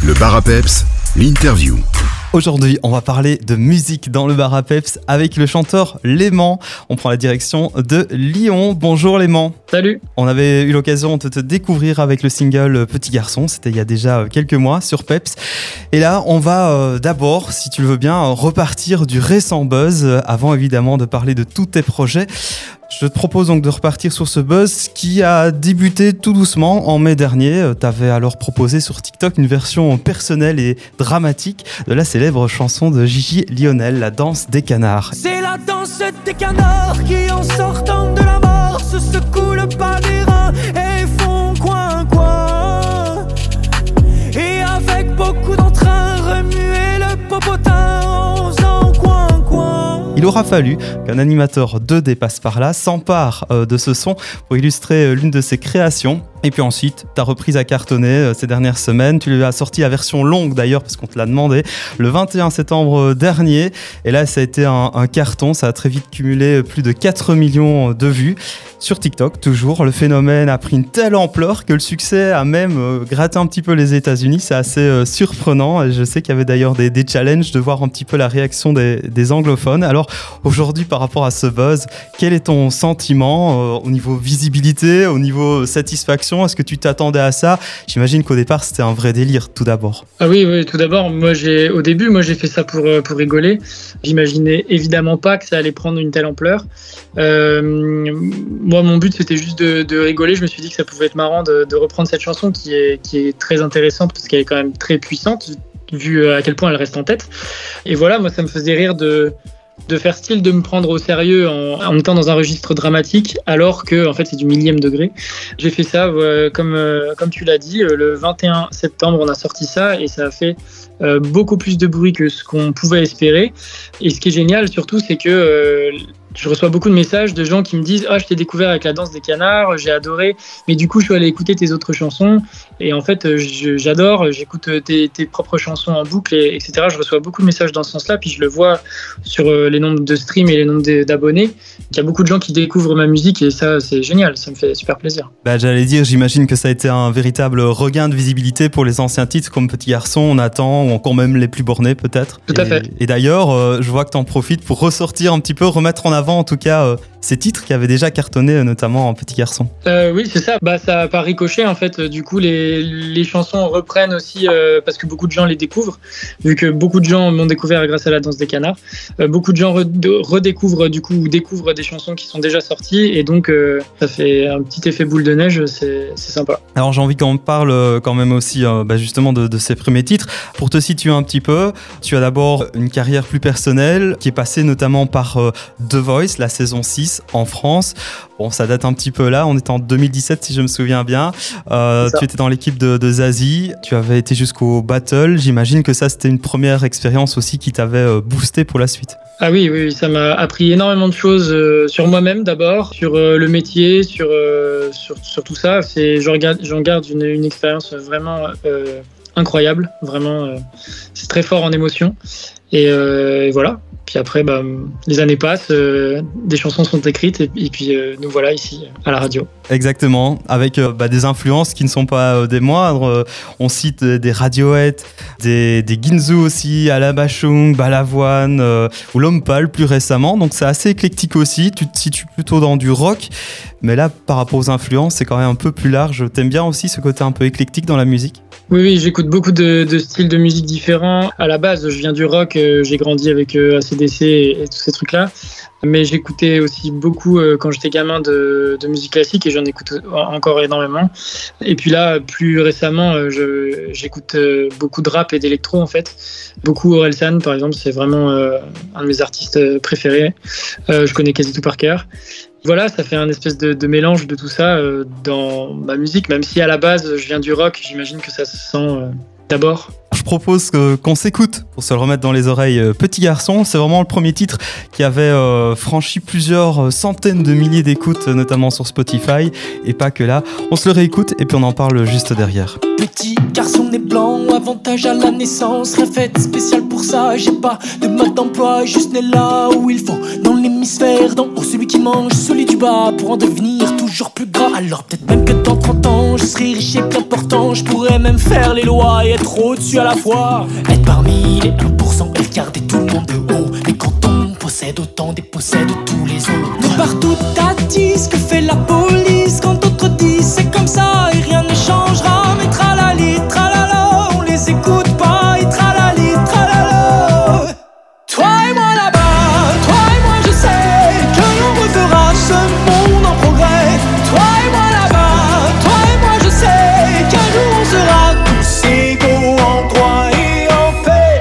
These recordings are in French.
Le Bar à Peps, l'interview. Aujourd'hui, on va parler de musique dans le Bar à Peps avec le chanteur Léman. On prend la direction de Lyon. Bonjour Léman. Salut. On avait eu l'occasion de te découvrir avec le single Petit Garçon. C'était il y a déjà quelques mois sur Peps. Et là, on va d'abord, si tu le veux bien, repartir du récent buzz avant évidemment de parler de tous tes projets. Je te propose donc de repartir sur ce buzz qui a débuté tout doucement en mai dernier. Tu avais alors proposé sur TikTok une version personnelle et dramatique de la célèbre chanson de Gigi Lionel, La danse des canards. C'est la danse des canards qui en sortant de la mort se secouent le pas des reins et font coin-coin. Et avec beaucoup d'entrain, remuer le popotin en faisant coin-coin. Il aura fallu qu'un animateur 2D passe par là, s'empare de ce son pour illustrer l'une de ses créations. Et puis ensuite, ta reprise a cartonné ces dernières semaines. Tu lui as sorti la version longue d'ailleurs, parce qu'on te l'a demandé, le 21 septembre dernier. Et là, ça a été un carton. Ça a très vite cumulé plus de 4 millions de vues. Sur TikTok, toujours, le phénomène a pris une telle ampleur que le succès a même gratté un petit peu les États-Unis. C'est assez surprenant. Et je sais qu'il y avait d'ailleurs des challenges de voir un petit peu la réaction des anglophones. Alors aujourd'hui, par rapport à ce buzz, quel est ton sentiment au niveau visibilité, au niveau satisfaction? Est-ce que tu t'attendais à ça? J'imagine qu'au départ, c'était un vrai délire, tout d'abord. Ah oui, tout d'abord, au début, j'ai fait ça pour rigoler. J'imaginais évidemment pas que ça allait prendre une telle ampleur. Moi, mon but, c'était juste de rigoler. Je me suis dit que ça pouvait être marrant de reprendre cette chanson qui est très intéressante parce qu'elle est quand même très puissante, vu à quel point elle reste en tête. Et voilà, moi, ça me faisait rire de faire style de me prendre au sérieux en étant dans un registre dramatique alors que en fait c'est du millième degré. J'ai fait ça comme tu l'as dit, le 21 septembre on a sorti ça et ça a fait beaucoup plus de bruit que ce qu'on pouvait espérer. Et ce qui est génial surtout, c'est que je reçois beaucoup de messages de gens qui me disent « Ah, je t'ai découvert avec la danse des canards, j'ai adoré, mais du coup, je suis allé écouter tes autres chansons. » Et en fait, j'adore, j'écoute tes propres chansons en boucle, etc. Je reçois beaucoup de messages dans ce sens-là, puis je le vois sur les nombres de streams et les nombres d'abonnés. Il y a beaucoup de gens qui découvrent ma musique et ça, c'est génial, ça me fait super plaisir. J'allais dire, j'imagine que ça a été un véritable regain de visibilité pour les anciens titres comme Petit Garçon, On attend, ou encore même les plus bornés peut-être. Tout à fait. Et d'ailleurs, je vois que tu en profites pour ressortir un petit peu, remettre en avant en tout cas ces titres qui avaient déjà cartonné, notamment en Petit Garçon. Oui, c'est ça. Ça a pas ricoché en fait. Du coup, les chansons reprennent aussi parce que beaucoup de gens les découvrent, vu que beaucoup de gens m'ont découvert grâce à la danse des canards. Beaucoup de gens redécouvrent du coup ou découvrent des chansons qui sont déjà sorties et donc ça fait un petit effet boule de neige. C'est sympa. Alors j'ai envie qu'on parle quand même aussi justement de ces premiers titres. Pour te situer un petit peu, tu as d'abord une carrière plus personnelle qui est passée notamment par The Voice, la saison 6 en France. Bon, ça date un petit peu là, on est en 2017 si je me souviens bien. Tu étais dans l'équipe de Zazie, tu avais été jusqu'au Battle. J'imagine que ça c'était une première expérience aussi qui t'avait boosté pour la suite. Ah oui, ça m'a appris énormément de choses sur moi-même d'abord, sur le métier, sur tout ça. J'en garde une expérience vraiment incroyable, vraiment c'est très fort en émotion. Et voilà. Puis après, les années passent, des chansons sont écrites et puis nous voilà ici à la radio. Exactement, avec des influences qui ne sont pas des moindres. On cite des Radiohead, des Ginzu aussi, Ala Bachung, Balavoine ou L'Homme Pâle plus récemment. Donc c'est assez éclectique aussi, tu te situes plutôt dans du rock. Mais là, par rapport aux influences, c'est quand même un peu plus large. T'aimes bien aussi ce côté un peu éclectique dans la musique ? Oui, j'écoute beaucoup de styles de musique différents. À la base, je viens du rock, j'ai grandi avec AC/DC et tous ces trucs-là. Mais j'écoutais aussi beaucoup quand j'étais gamin de musique classique et j'en écoute encore énormément. Et puis là, plus récemment, j'écoute beaucoup de rap et d'électro en fait. Beaucoup Orelsan par exemple, c'est vraiment un de mes artistes préférés. Je connais quasi tout par cœur. Voilà, ça fait un espèce de mélange de tout ça dans ma musique, même si à la base je viens du rock, j'imagine que ça se sent d'abord. Je propose qu'on s'écoute pour se le remettre dans les oreilles. Petit Garçon, c'est vraiment le premier titre qui avait franchi plusieurs centaines de milliers d'écoutes, notamment sur Spotify, et pas que là. On se le réécoute et puis on en parle juste derrière. Petit garçon né blanc, avantage à la naissance, rien fait spécial pour ça, j'ai pas de mode d'emploi, juste né là où il faut, dans l'hémisphère d'en haut, celui qui mange, celui du bas, pour en devenir tout toujours plus gras. Alors peut-être même que dans 30 ans je serai riche et bien portant. Je pourrais même faire les lois et être au-dessus à la fois. Être parmi les 1% et regarder tout le monde de haut. Mais quand on possède autant, dépossède tous les autres. De partout t'as dit ce que fait la police. Quand d'autres disent c'est comme ça et rien ne changera. Mais tralali, tralala, on les écoute pas. Et tralali, tralala. Toi et moi là-bas, toi et moi je sais que l'on refera ce monde en progrès. Toi et moi là-bas, toi et moi je sais qu'un jour on sera tous égaux en droit et en paix.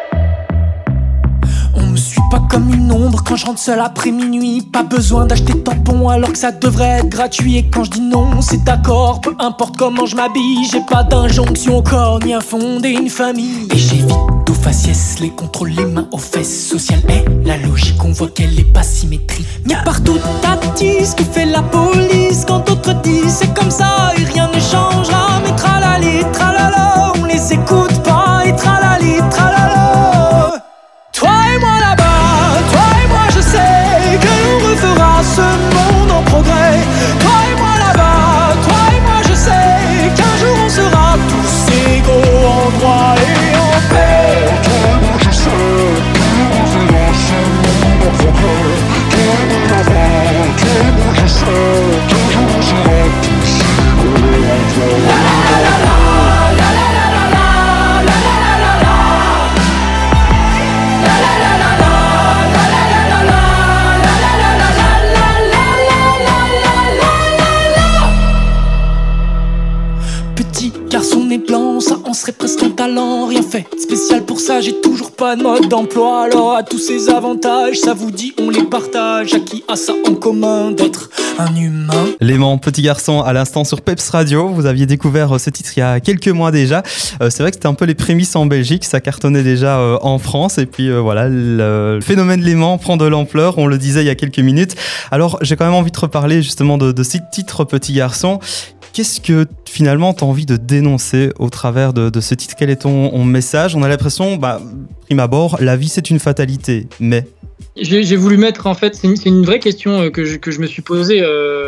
On me suit pas comme une ombre quand je rentre seul après minuit. Pas besoin d'acheter tampon alors que ça devrait être gratuit. Et quand je dis non, c'est d'accord, peu importe comment je m'habille. J'ai pas d'injonction au corps ni à fonder une famille. Et j'évite au faciès les contrôles, les mains aux fesses. Social est la logique, on voit qu'elle est pas symétrique. Mais partout t'as dit ce que fait la police. Quand d'autres disent c'est comme ça et rien ne changera. Mais tralali, tralala, on les écoute pas. Et tralali, tralala. Toi et moi là-bas, toi et moi je sais que l'on refera ce monde en progrès. Toi et moi là-bas, toi et moi je sais qu'un jour on sera tous égaux en droit et en paix. Toi et moi je sais que l'on refera ce monde en progrès. Toi et moi là-bas, toi et moi je sais qu'un jour on sera tous égaux en droit et en paix. Petit garçon né blanc, ça en serait presque un talent. Rien fait spécial pour ça, j'ai toujours pas de mode d'emploi. Alors à tous ces avantages, ça vous dit on les partage. À qui a ça en commun d'être un humain? Léman, petit garçon, à l'instant sur Peps Radio. Vous aviez découvert ce titre il y a quelques mois déjà. C'est vrai que c'était un peu les prémices en Belgique, ça cartonnait déjà en France. Et puis voilà, le phénomène Léman prend de l'ampleur, on le disait il y a quelques minutes. Alors j'ai quand même envie de reparler justement de ces titres petit garçon. Qu'est-ce que finalement tu as envie de dénoncer au travers de ce titre? Quel est ton message? On a l'impression, prime abord, la vie c'est une fatalité, mais... J'ai voulu mettre, en fait, c'est une vraie question que je me suis posée,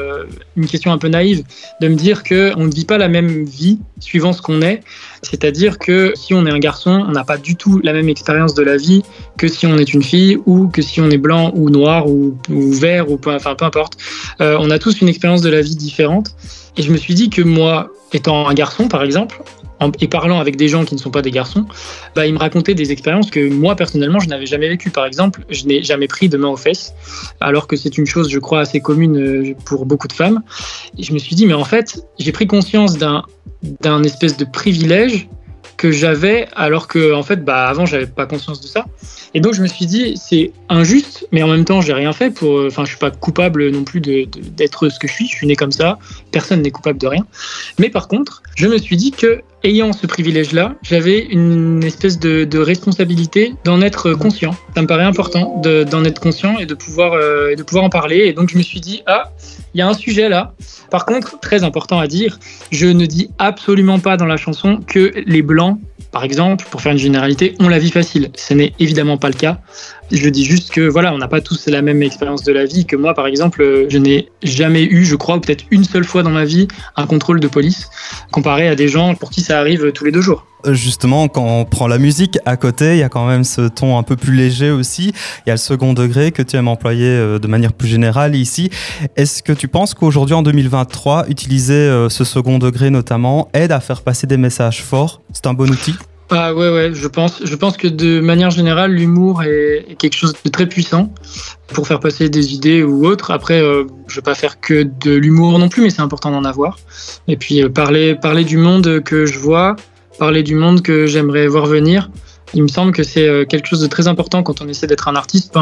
une question un peu naïve, de me dire qu'on ne vit pas la même vie suivant ce qu'on est. C'est-à-dire que si on est un garçon, on n'a pas du tout la même expérience de la vie que si on est une fille ou que si on est blanc ou noir ou vert, ou peu importe. On a tous une expérience de la vie différente. Et je me suis dit que moi, étant un garçon par exemple, et parlant avec des gens qui ne sont pas des garçons, ils me racontaient des expériences que moi personnellement je n'avais jamais vécues. Par exemple, je n'ai jamais pris de main aux fesses, alors que c'est une chose, je crois, assez commune pour beaucoup de femmes. Et je me suis dit, mais en fait, j'ai pris conscience d'un espèce de privilège que j'avais, alors que en fait, avant, j'avais pas conscience de ça. Et donc, je me suis dit, c'est injuste, mais en même temps, j'ai rien fait pour. Enfin, je suis pas coupable non plus d'être ce que je suis. Je suis né comme ça. Personne n'est coupable de rien. Mais par contre, je me suis dit que, ayant ce privilège-là, j'avais une espèce de responsabilité d'en être conscient. Ça me paraît important d'en être conscient et de pouvoir en parler. Et donc, je me suis dit, il y a un sujet là. Par contre, très important à dire, je ne dis absolument pas dans la chanson que les Blancs, par exemple, pour faire une généralité, ont la vie facile. Ce n'est évidemment pas le cas. Je dis juste que voilà, on n'a pas tous la même expérience de la vie. Que moi, par exemple, je n'ai jamais eu, je crois, ou peut-être une seule fois dans ma vie, un contrôle de police, comparé à des gens pour qui ça arrive tous les 2 jours. Justement, quand on prend la musique à côté, il y a quand même ce ton un peu plus léger aussi. Il y a le second degré que tu aimes employer de manière plus générale ici. Est-ce que tu penses qu'aujourd'hui, en 2023, utiliser ce second degré notamment aide à faire passer des messages forts? C'est un bon outil? Ouais, je pense que de manière générale, l'humour est quelque chose de très puissant pour faire passer des idées ou autres. Après, je vais pas faire que de l'humour non plus, mais c'est important d'en avoir. Et puis, parler du monde que je vois, parler du monde que j'aimerais voir venir. Il me semble que c'est quelque chose de très important quand on essaie d'être un artiste,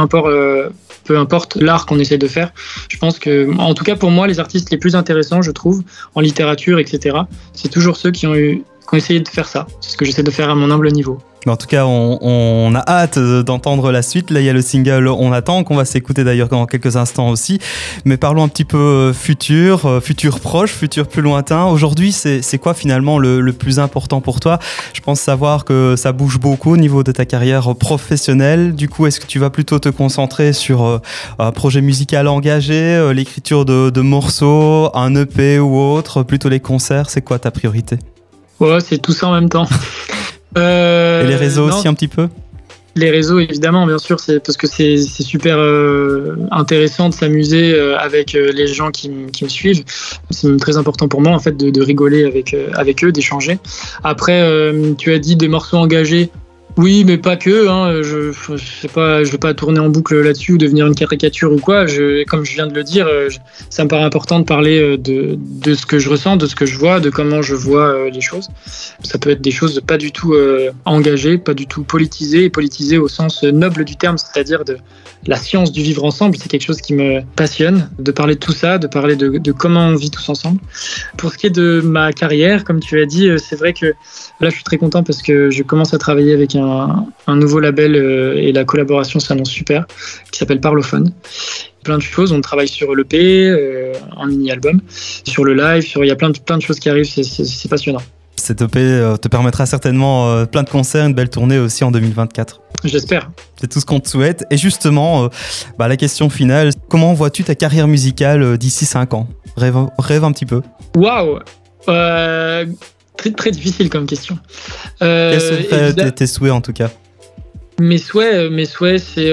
peu importe l'art qu'on essaie de faire. Je pense que, en tout cas pour moi, les artistes les plus intéressants, je trouve, en littérature, etc., c'est toujours ceux qui ont ont essayé de faire ça. C'est ce que j'essaie de faire à mon humble niveau. En tout cas, on a hâte d'entendre la suite. Là, il y a le single On attend, qu'on va s'écouter d'ailleurs dans quelques instants aussi. Mais parlons un petit peu futur proche, futur plus lointain. Aujourd'hui, c'est quoi finalement le plus important pour toi ? Je pense savoir que ça bouge beaucoup au niveau de ta carrière professionnelle. Du coup, est-ce que tu vas plutôt te concentrer sur un projet musical engagé, l'écriture de morceaux, un EP ou autre, plutôt les concerts ? C'est quoi ta priorité ? Ouais, c'est tout ça en même temps. Et les réseaux aussi un petit peu ? Les réseaux, évidemment, bien sûr, c'est parce que c'est super intéressant de s'amuser avec les gens qui me suivent. C'est même très important pour moi en fait de rigoler avec eux, d'échanger. Après, tu as dit des morceaux engagés. Oui, mais pas que. Je sais pas, je veux pas tourner en boucle là-dessus ou devenir une caricature ou quoi. Comme je viens de le dire, ça me paraît important de parler de ce que je ressens, de ce que je vois, de comment je vois les choses. Ça peut être des choses pas du tout engagées, pas du tout politisées, et politisées au sens noble du terme, c'est-à-dire de la science du vivre ensemble. C'est quelque chose qui me passionne, de parler de tout ça, de parler de comment on vit tous ensemble. Pour ce qui est de ma carrière, comme tu as dit, c'est vrai que là, je suis très content parce que je commence à travailler avec un nouveau label et la collaboration s'annonce super, qui s'appelle Parlophone. Plein de choses, on travaille sur l'EP, un mini-album, sur le live, il y a plein de choses qui arrivent, c'est passionnant. Cette EP te permettra certainement plein de concerts, une belle tournée aussi en 2024. J'espère. C'est tout ce qu'on te souhaite. Et justement, la question finale, comment vois-tu ta carrière musicale d'ici 5 ans ? Rêve un petit peu. Waouh Très, très difficile comme question. Quels seraient tes souhaits en tout cas ? Mes souhaits, c'est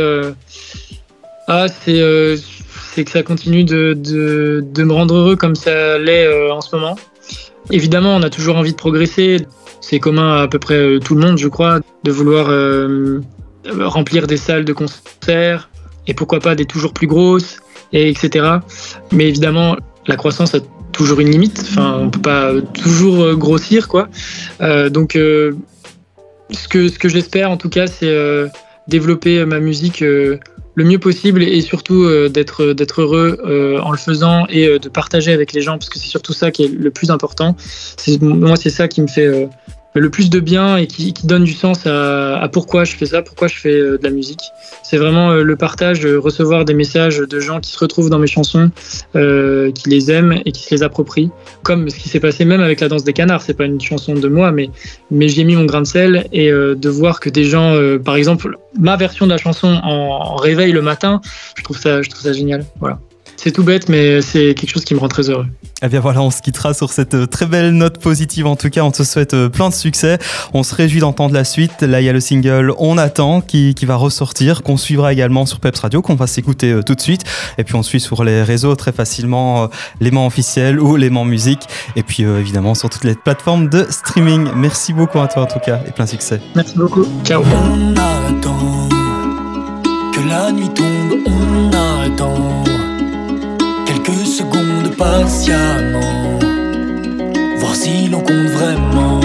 que ça continue de me rendre heureux comme ça l'est en ce moment. Évidemment, on a toujours envie de progresser. C'est commun à peu près tout le monde, je crois, de vouloir remplir des salles de concert et pourquoi pas des toujours plus grosses, etc. Mais évidemment, la croissance a toujours une limite. Enfin, on peut pas toujours grossir, quoi. Donc, ce que j'espère, en tout cas, c'est développer ma musique le mieux possible et surtout d'être heureux en le faisant et de partager avec les gens parce que c'est surtout ça qui est le plus important. Moi, c'est ça qui me fait le plus de bien et qui donne du sens à pourquoi je fais ça, pourquoi je fais de la musique. C'est vraiment le partage, recevoir des messages de gens qui se retrouvent dans mes chansons, qui les aiment et qui se les approprient, comme ce qui s'est passé même avec La Danse des Canards. C'est pas une chanson de moi, mais j'y ai mis mon grain de sel et de voir que des gens, par exemple, ma version de la chanson en réveil le matin, je trouve ça génial. Voilà. C'est tout bête, mais c'est quelque chose qui me rend très heureux. Eh bien voilà, on se quittera sur cette très belle note positive. En tout cas, on te souhaite plein de succès. On se réjouit d'entendre la suite. Là, il y a le single On attend qui va ressortir, qu'on suivra également sur Peps Radio, qu'on va s'écouter tout de suite. Et puis on suit sur les réseaux très facilement Léman Officiel ou Léman Musique. Et puis évidemment sur toutes les plateformes de streaming. Merci beaucoup à toi en tout cas et plein de succès. Merci beaucoup. Ciao. On attend que la nuit tombe, on attend quelques secondes patiemment, voir si l'on compte vraiment.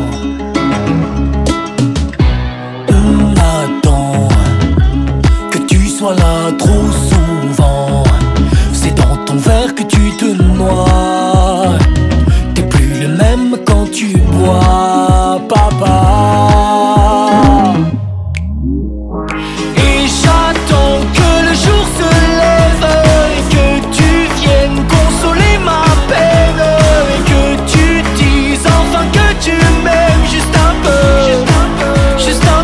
On attend que tu sois là trop souvent. C'est dans ton verre que tu te noies. T'es plus le même quand tu bois, papa. Et j'attends que le jour se lève et que tu viennes consoler ma peine et que tu dises enfin que tu m'aimes juste un peu, juste un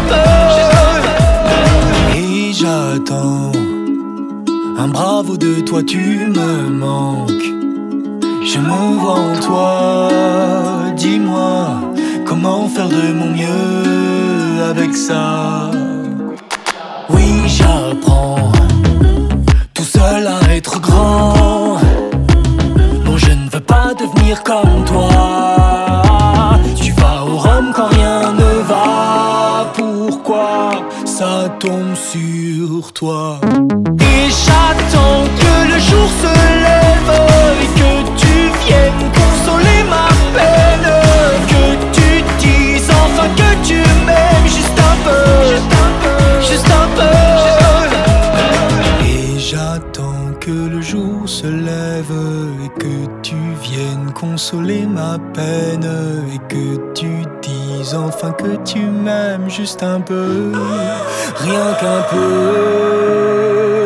peu. Et j'attends un bravo de toi, tu me manques. Je me vois en toi, dis-moi comment faire de mon mieux avec ça. Oui, j'apprends tout seul à être grand. Non, je ne veux pas devenir comme toi. Tu vas au Rhum quand rien ne va. Pourquoi ça tombe sur toi? Et j'attends que le jour se lève et que tu viennes consoler ma peine, que tu dises enfin que tu m'aimes juste un peu, juste un peu. Et j'attends que le jour se lève et que tu viennes consoler ma peine et que tu Dis enfin que tu m'aimes juste un peu, rien qu'un peu.